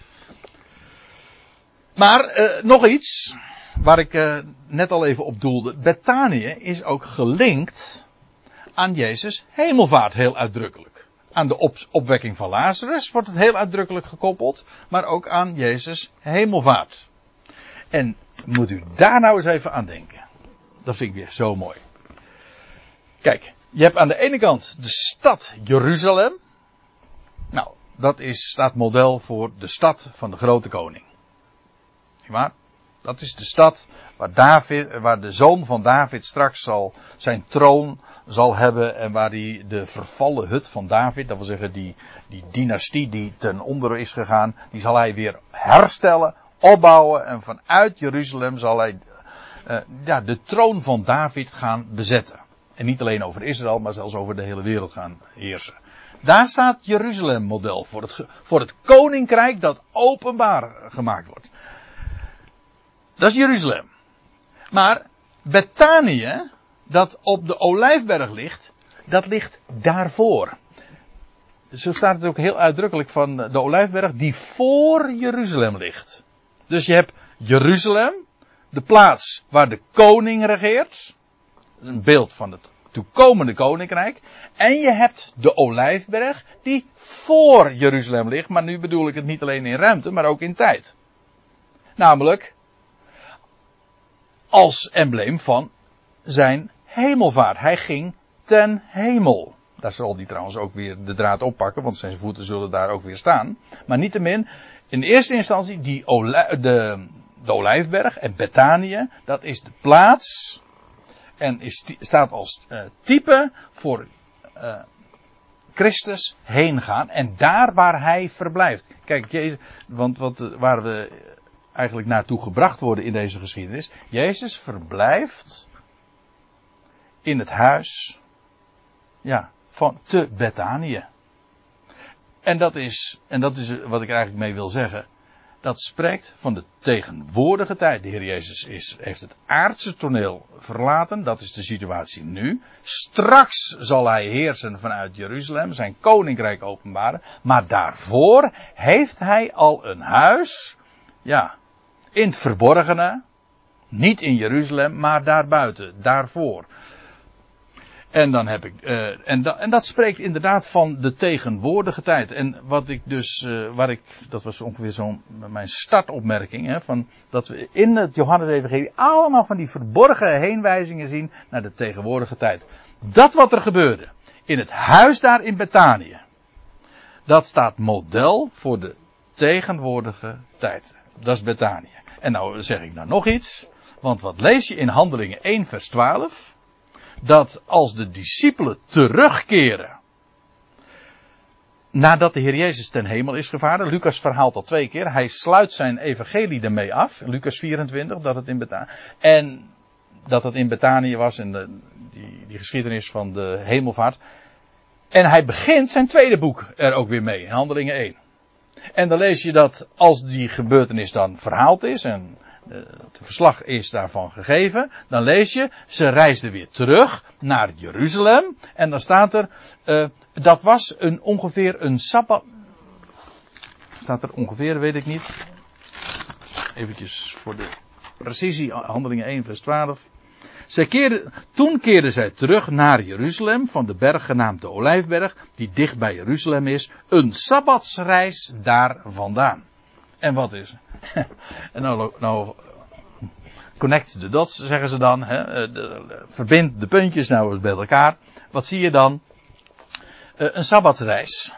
Maar uh, nog iets, waar ik uh, net al even op doelde. Betanië is ook gelinkt aan Jezus' hemelvaart heel uitdrukkelijk. Aan de op- opwekking van Lazarus wordt het heel uitdrukkelijk gekoppeld, maar ook aan Jezus' hemelvaart. En moet u daar nou eens even aan denken. Dat vind ik weer zo mooi. Kijk, Je hebt aan de ene kant de stad Jeruzalem. Nou, dat is, staat model voor de stad van de grote koning. Niet waar? Dat is de stad waar, David, waar de zoon van David straks zal zijn troon zal hebben. En waar hij de vervallen hut van David, dat wil zeggen die, die dynastie die ten onder is gegaan, die zal hij weer herstellen, opbouwen. En vanuit Jeruzalem zal hij uh, ja, de troon van David gaan bezetten. En niet alleen over Israël, maar zelfs over de hele wereld gaan heersen. Daar staat Jeruzalem model voor het, voor het koninkrijk dat openbaar gemaakt wordt. Dat is Jeruzalem. Maar Bethanië, dat op de Olijfberg ligt, dat ligt daarvoor. Zo staat het ook heel uitdrukkelijk van de Olijfberg, die voor Jeruzalem ligt. Dus je hebt Jeruzalem, de plaats waar de koning regeert. Een beeld van het toekomende koninkrijk. En je hebt de Olijfberg, die voor Jeruzalem ligt. Maar nu bedoel ik het niet alleen in ruimte, maar ook in tijd. Namelijk als embleem van zijn hemelvaart. Hij ging ten hemel. Daar zal hij trouwens ook weer de draad oppakken, want zijn voeten zullen daar ook weer staan. Maar niettemin, in eerste instantie, die Olij- de, de Olijfberg en Bethanië, dat is de plaats en is, staat als uh, type voor uh, Christus heen gaan. En daar waar hij verblijft. Kijk, Jezus, want wat, waar we eigenlijk naartoe gebracht worden in deze geschiedenis. Jezus verblijft in het huis, ja, van te Bethanië. En dat is, en dat is wat ik eigenlijk mee wil zeggen. Dat spreekt van de tegenwoordige tijd. De Heer Jezus is, heeft het aardse toneel verlaten. Dat is de situatie nu. Straks zal hij heersen vanuit Jeruzalem. Zijn koninkrijk openbaren. Maar daarvoor heeft hij al een huis. Ja, in het verborgene. Niet in Jeruzalem, maar daarbuiten. Daarvoor. En dan heb ik, uh, en, da, en dat spreekt inderdaad van de tegenwoordige tijd. En wat ik dus, uh, waar ik, dat was ongeveer zo'n, mijn startopmerking, hè, van dat we in het Johannes-evangelie allemaal van die verborgen heenwijzingen zien naar de tegenwoordige tijd. Dat wat er gebeurde in het huis daar in Bethanië, dat staat model voor de tegenwoordige tijd. Dat is Bethanië. En nou zeg ik nou nog iets, want wat lees je in Handelingen één vers twaalf? Dat als de discipelen terugkeren, nadat de Heer Jezus ten hemel is gevaren, Lucas verhaalt dat twee keer, hij sluit zijn evangelie ermee af, Lucas vierentwintig, dat het in Bethanië, en dat het in Bethanië was, en de, die, die geschiedenis van de hemelvaart. En hij begint zijn tweede boek er ook weer mee, in Handelingen één. En dan lees je dat als die gebeurtenis dan verhaald is, en het verslag is daarvan gegeven, dan lees je, ze reisden weer terug naar Jeruzalem, en dan staat er, uh, dat was een, ongeveer een sabbat, staat er ongeveer, weet ik niet, eventjes voor de precisie, Handelingen één vers twaalf, zij keerden, toen keerden zij terug naar Jeruzalem, van de berg genaamd de Olijfberg, die dicht bij Jeruzalem is, een sabbatsreis daar vandaan. En wat is en nou, nou connect the dots, zeggen ze dan. Hè, de, verbind de puntjes nou eens bij elkaar. Wat zie je dan? Uh, een sabbatsreis.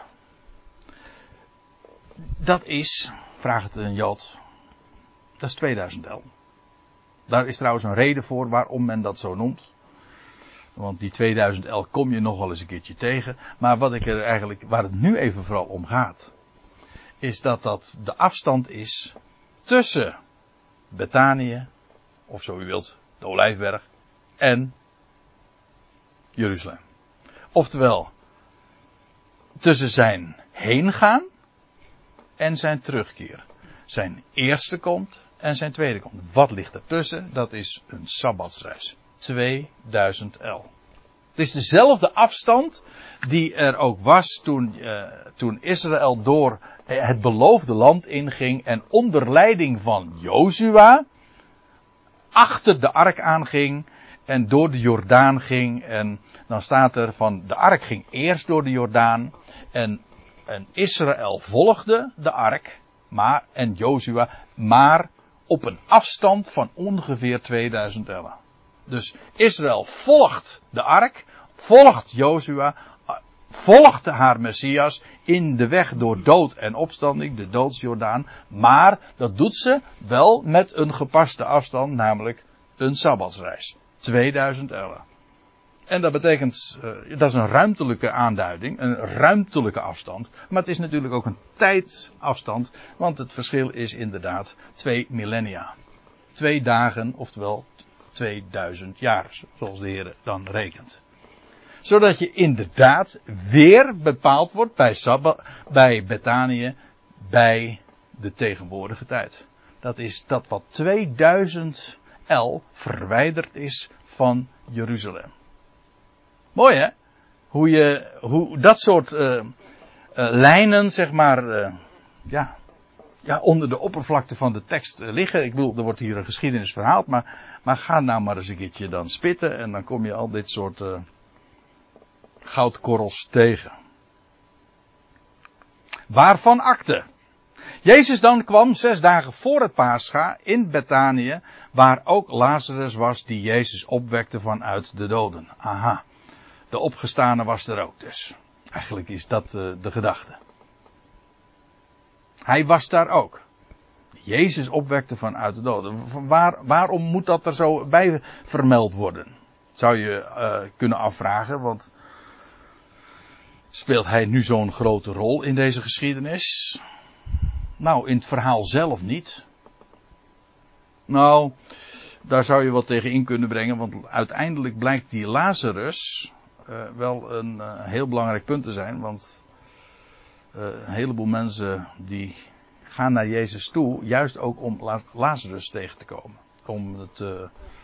Dat is, vraagt het een Jood, dat is tweeduizend el. Daar is trouwens een reden voor waarom men dat zo noemt. Want die tweeduizend el kom je nog wel eens een keertje tegen. Maar wat ik er eigenlijk, waar het nu even vooral om gaat, is dat dat de afstand is tussen Bethanië, of zo u wilt, de Olijfberg, en Jeruzalem. Oftewel, tussen zijn heengaan en zijn terugkeer. Zijn eerste komt en zijn tweede komt. Wat ligt ertussen? Dat is een sabbatsreis. tweeduizend el. Het is dezelfde afstand die er ook was toen, uh, toen Israël door het beloofde land inging en onder leiding van Jozua achter de ark aanging en door de Jordaan ging. En dan staat er van, de ark ging eerst door de Jordaan en, en Israël volgde de ark, maar, en Jozua, maar op een afstand van ongeveer tweeduizend ellen. Dus Israël volgt de ark volgt Jozua, volgt haar Messias in de weg door dood en opstanding, de doodsjordaan. Maar dat doet ze wel met een gepaste afstand, namelijk een sabbatsreis. tweeduizend ellen. En dat betekent, uh, dat is een ruimtelijke aanduiding, een ruimtelijke afstand. Maar het is natuurlijk ook een tijdafstand, want het verschil is inderdaad twee millennia. Twee dagen, oftewel tweeduizend jaar, zoals de Heer dan rekent. Zodat je inderdaad weer bepaald wordt bij, Sabbat, bij Betanië, bij de tegenwoordige tijd. Dat is dat wat tweeduizend el verwijderd is van Jeruzalem. Mooi hè? Hoe je, hoe dat soort uh, uh, lijnen, zeg maar, uh, ja, ja, onder de oppervlakte van de tekst uh, liggen. Ik bedoel, er wordt hier een geschiedenis verhaald, maar, maar ga nou maar eens een keertje dan spitten en dan kom je al dit soort uh, goudkorrels tegen. Waarvan akte? Jezus dan kwam zes dagen voor het Pascha in Betanië, waar ook Lazarus was die Jezus opwekte vanuit de doden. Aha. De opgestane was er ook dus. Eigenlijk is dat uh, de gedachte. Hij was daar ook. Jezus opwekte vanuit de doden. Waar, waarom moet dat er zo bij vermeld worden? Zou je uh, kunnen afvragen, want speelt hij nu zo'n grote rol in deze geschiedenis? Nou, in het verhaal zelf niet. Nou, daar zou je wat tegen in kunnen brengen, want uiteindelijk blijkt die Lazarus uh, wel een uh, heel belangrijk punt te zijn, want uh, een heleboel mensen die gaan naar Jezus toe, juist ook om La- Lazarus tegen te komen. Om het, uh,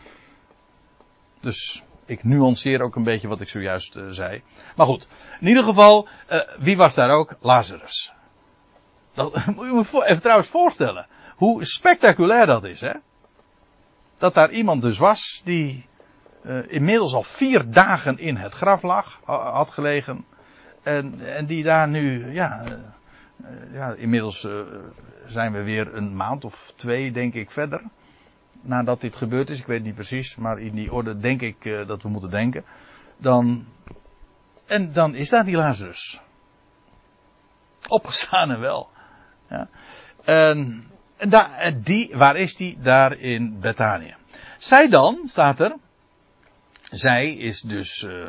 dus ik nuanceer ook een beetje wat ik zojuist uh, zei. Maar goed, in ieder geval, uh, wie was daar ook? Lazarus. Dat moet je me voor, even trouwens voorstellen. Hoe spectaculair dat is, hè? Dat daar iemand dus was die uh, inmiddels al vier dagen in het graf lag, had gelegen. En, en die daar nu, ja, uh, uh, ja inmiddels uh, zijn we weer een maand of twee, denk ik, verder. Nadat dit gebeurd is, ik weet niet precies, maar in die orde denk ik uh, dat we moeten denken. Dan, en dan is daar die Lazarus. Opgestaan en wel. Ja. En, en, daar, en die, waar is die? Daar in Betanië. Zij dan, staat er. Zij is dus. Uh,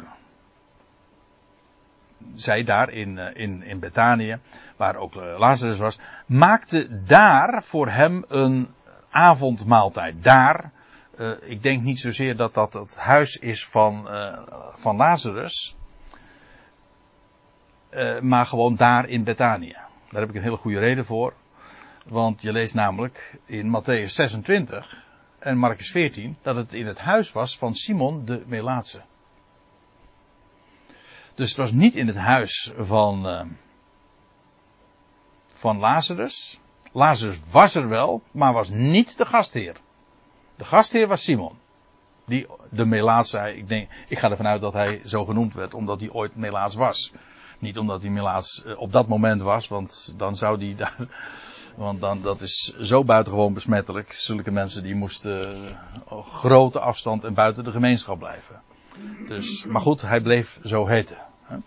zij daar in, uh, in, in Betanië, waar ook uh, Lazarus was, maakte daar voor hem een avondmaaltijd. Daar. Uh, ik denk niet zozeer dat dat het huis is van, uh, van Lazarus. Uh, maar gewoon daar in Betanië. Daar heb ik een hele goede reden voor. Want je leest namelijk in Matthäus zesentwintig en Marcus veertien dat het in het huis was van Simon de Melaatse. Dus het was niet in het huis van, uh, van Lazarus. Lazarus was er wel, maar was niet de gastheer. De gastheer was Simon. Die de Melaats zei, ik, denk, ik ga ervan uit dat hij zo genoemd werd omdat hij ooit Melaats was. Niet omdat hij Melaats uh, op dat moment was, want dan zou hij daar, want dan, dat is zo buitengewoon besmettelijk. Zulke mensen die moesten uh, op grote afstand en buiten de gemeenschap blijven. Dus, maar goed, hij bleef zo heten. Hè.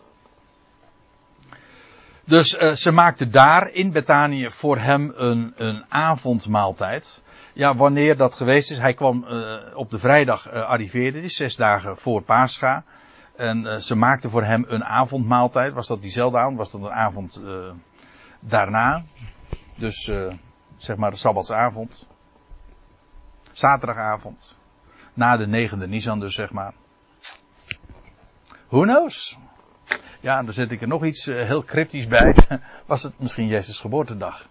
Dus uh, ze maakte daar in Betanië voor hem een, een avondmaaltijd. Ja, wanneer dat geweest is, hij kwam uh, op de vrijdag uh, arriveerde, die zes dagen voor Pascha. En uh, ze maakte voor hem een avondmaaltijd. Was dat diezelfde avond? Was dat een avond uh, daarna? Dus uh, zeg maar de sabbatsavond. Zaterdagavond. Na de negende Nisan dus zeg maar. Who knows? Ja, dan zet ik er nog iets uh, heel cryptisch bij. Was het misschien Jezus' geboortedag?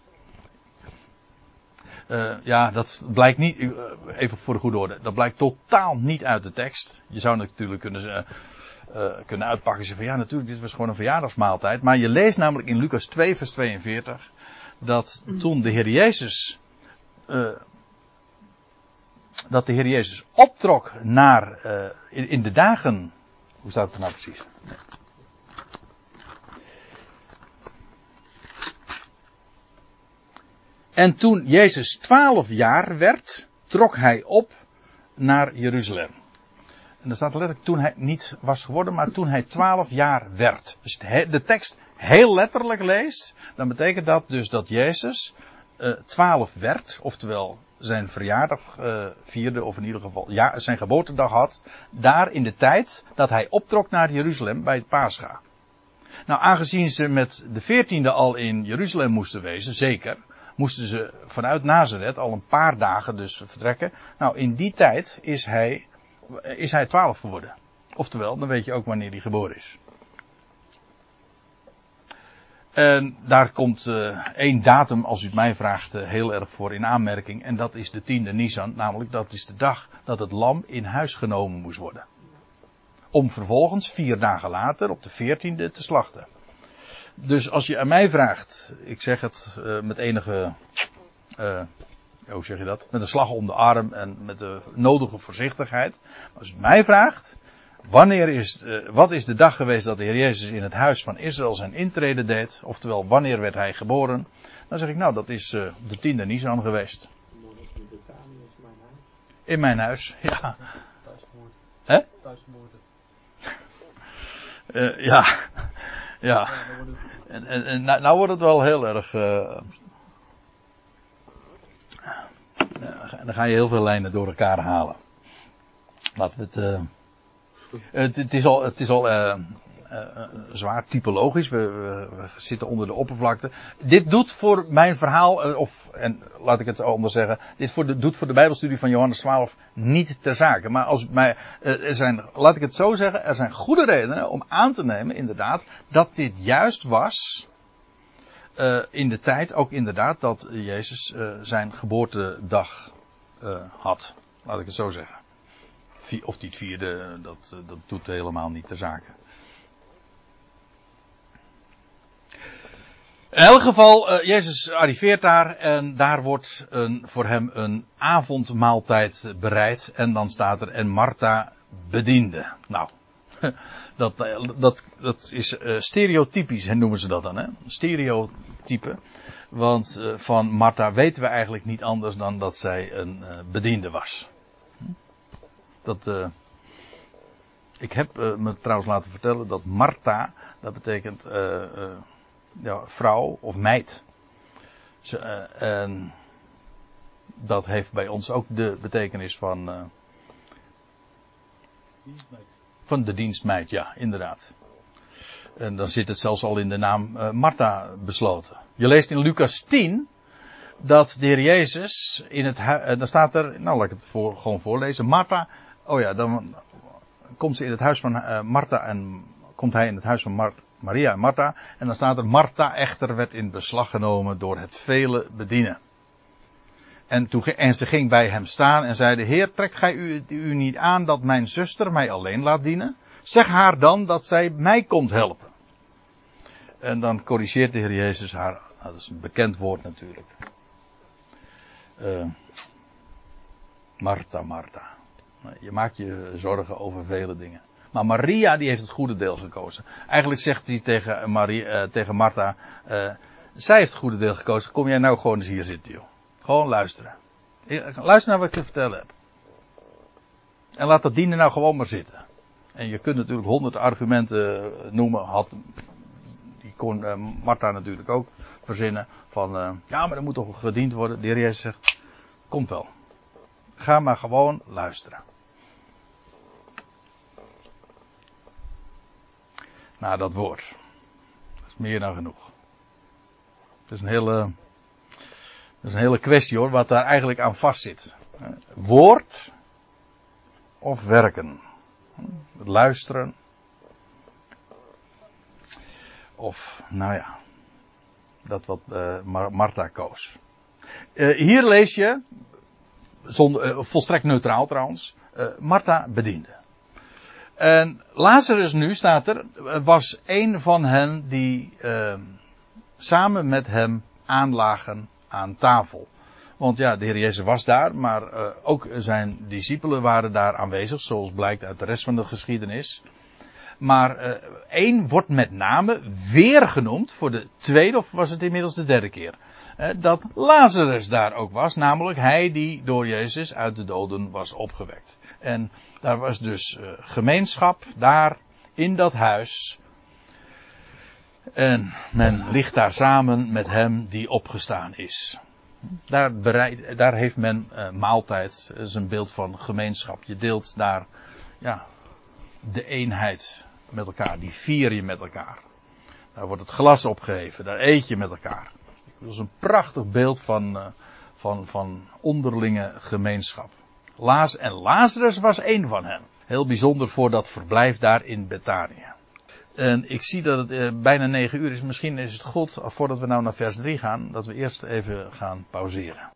Uh, ja, dat blijkt niet, uh, even voor de goede orde, dat blijkt totaal niet uit de tekst. Je zou natuurlijk kunnen, uh, uh, kunnen uitpakken en zeggen van ja, natuurlijk, dit was gewoon een verjaardagsmaaltijd. Maar je leest namelijk in Lucas twee vers tweeënveertig dat toen de Heer Jezus, uh, dat de Heer Jezus optrok naar, uh, in, in de dagen, hoe staat het er nou precies? En toen Jezus twaalf jaar werd, trok hij op naar Jeruzalem. en er staat letterlijk toen hij niet was geworden, maar toen hij twaalf jaar werd. Als je de tekst heel letterlijk leest, dan betekent dat dus dat Jezus uh, twaalf werd, oftewel zijn verjaardag uh, vierde, of in ieder geval ja, zijn geboortedag had, daar in de tijd dat hij optrok naar Jeruzalem bij het Pascha. Nou, aangezien ze met de veertiende al in Jeruzalem moesten wezen, zeker, moesten ze vanuit Nazareth al een paar dagen dus vertrekken. Nou, in die tijd is hij, is hij twaalf geworden. Oftewel, dan weet je ook wanneer hij geboren is. En daar komt uh, één datum, als u het mij vraagt, uh, heel erg voor in aanmerking. En dat is de tiende Nisan, namelijk dat is de dag dat het lam in huis genomen moest worden. Om vervolgens vier dagen later op de veertiende te slachten. Dus als je aan mij vraagt, ik zeg het uh, met enige, uh, hoe zeg je dat? Met een slag om de arm en met de nodige voorzichtigheid. Als je het mij vraagt, wanneer is, uh, wat is de dag geweest dat de Heer Jezus in het huis van Israël zijn intrede deed? Oftewel, wanneer werd hij geboren? Dan zeg ik, nou, dat is uh, de tiende Nisan geweest. In mijn huis, ja. Hè? Uh, ja, ja. En, en, en nou, nou wordt het wel heel erg. Uh, dan ga je heel veel lijnen door elkaar halen. Laten we het. Uh, het, het is al, het is al uh, uh, zwaar typologisch. We, we, we zitten onder de oppervlakte. Dit doet voor mijn verhaal, uh, of en laat ik het anders zeggen, dit voor de, doet voor de Bijbelstudie van Johannes twaalf niet ter zake. Maar als mij, uh, er zijn, laat ik het zo zeggen, er zijn goede redenen om aan te nemen, inderdaad, dat dit juist was uh, in de tijd, ook inderdaad, dat Jezus uh, zijn geboortedag uh, had. Laat ik het zo zeggen. Of die het vierde, dat, dat doet helemaal niet ter zake. In elk geval, uh, Jezus arriveert daar en daar wordt een, voor hem een avondmaaltijd bereid. En dan staat er, en Martha bediende. Nou, dat, dat, dat is uh, stereotypisch, noemen ze dat dan, hè? Stereotype. Want uh, van Martha weten we eigenlijk niet anders dan dat zij een uh, bediende was. Dat, uh, ik heb uh, me trouwens laten vertellen dat Martha, dat betekent uh, uh, ja, vrouw of meid. Ze, uh, en dat heeft bij ons ook de betekenis van, uh, van de dienstmeid, ja, inderdaad. En dan zit het zelfs al in de naam uh, Martha besloten. Je leest in Lucas tien dat de Heer Jezus in het hu- uh, dan staat er, nou laat ik het voor, gewoon voorlezen, Martha. Oh ja, dan komt ze in het huis van uh, Martha en komt hij in het huis van Mar- Maria en Martha. En dan staat er, Martha echter werd in beslag genomen door het vele bedienen. En, toen, en ze ging bij hem staan en zeide, Heer, trekt gij u, u niet aan dat mijn zuster mij alleen laat dienen? Zeg haar dan dat zij mij komt helpen. En dan corrigeert de Heer Jezus haar. Nou, dat is een bekend woord natuurlijk. Uh, Martha, Martha. Je maakt je zorgen over vele dingen. Maar Maria die heeft het goede deel gekozen. Eigenlijk zegt hij tegen, Maria, uh, tegen Martha. Uh, zij heeft het goede deel gekozen. Kom jij nou gewoon eens hier zitten, joh. Gewoon luisteren. Luister naar wat ik te vertellen heb. En laat dat dienen nou gewoon maar zitten. En je kunt natuurlijk honderd argumenten noemen. Had, die kon uh, Martha natuurlijk ook verzinnen. Van uh, ja, maar er moet toch gediend worden. De Heer Jezus zegt, komt wel. Ga maar gewoon luisteren. Nou, dat woord. Dat is meer dan genoeg. Het is een hele, dat is een hele kwestie hoor, wat daar eigenlijk aan vastzit. Woord of werken. Luisteren. Of, nou ja, dat wat uh, Martha koos. Uh, hier lees je, zonder, uh, volstrekt neutraal trouwens, uh, Martha bediende. En Lazarus nu, staat er, was een van hen die uh, samen met hem aanlagen aan tafel. Want ja, de Heer Jezus was daar, maar uh, ook zijn discipelen waren daar aanwezig, zoals blijkt uit de rest van de geschiedenis. Maar uh, één wordt met name weer genoemd voor de tweede, of was het inmiddels de derde keer. Uh, dat Lazarus daar ook was, namelijk hij die door Jezus uit de doden was opgewekt. En daar was dus uh, gemeenschap, daar in dat huis. En men ligt daar samen met hem die opgestaan is. Daar, bereid, daar heeft men uh, maaltijd, dat is een beeld van gemeenschap. Je deelt daar, ja, de eenheid met elkaar, die vier je met elkaar. Daar wordt het glas opgeheven, daar eet je met elkaar. Dat is een prachtig beeld van, uh, van, van onderlinge gemeenschap. Laas, en Lazarus was één van hen. Heel bijzonder voor dat verblijf daar in Betanië. En ik zie dat het uh, bijna negen uur is. Misschien is het goed, voordat we nou naar vers drie gaan, dat we eerst even gaan pauzeren.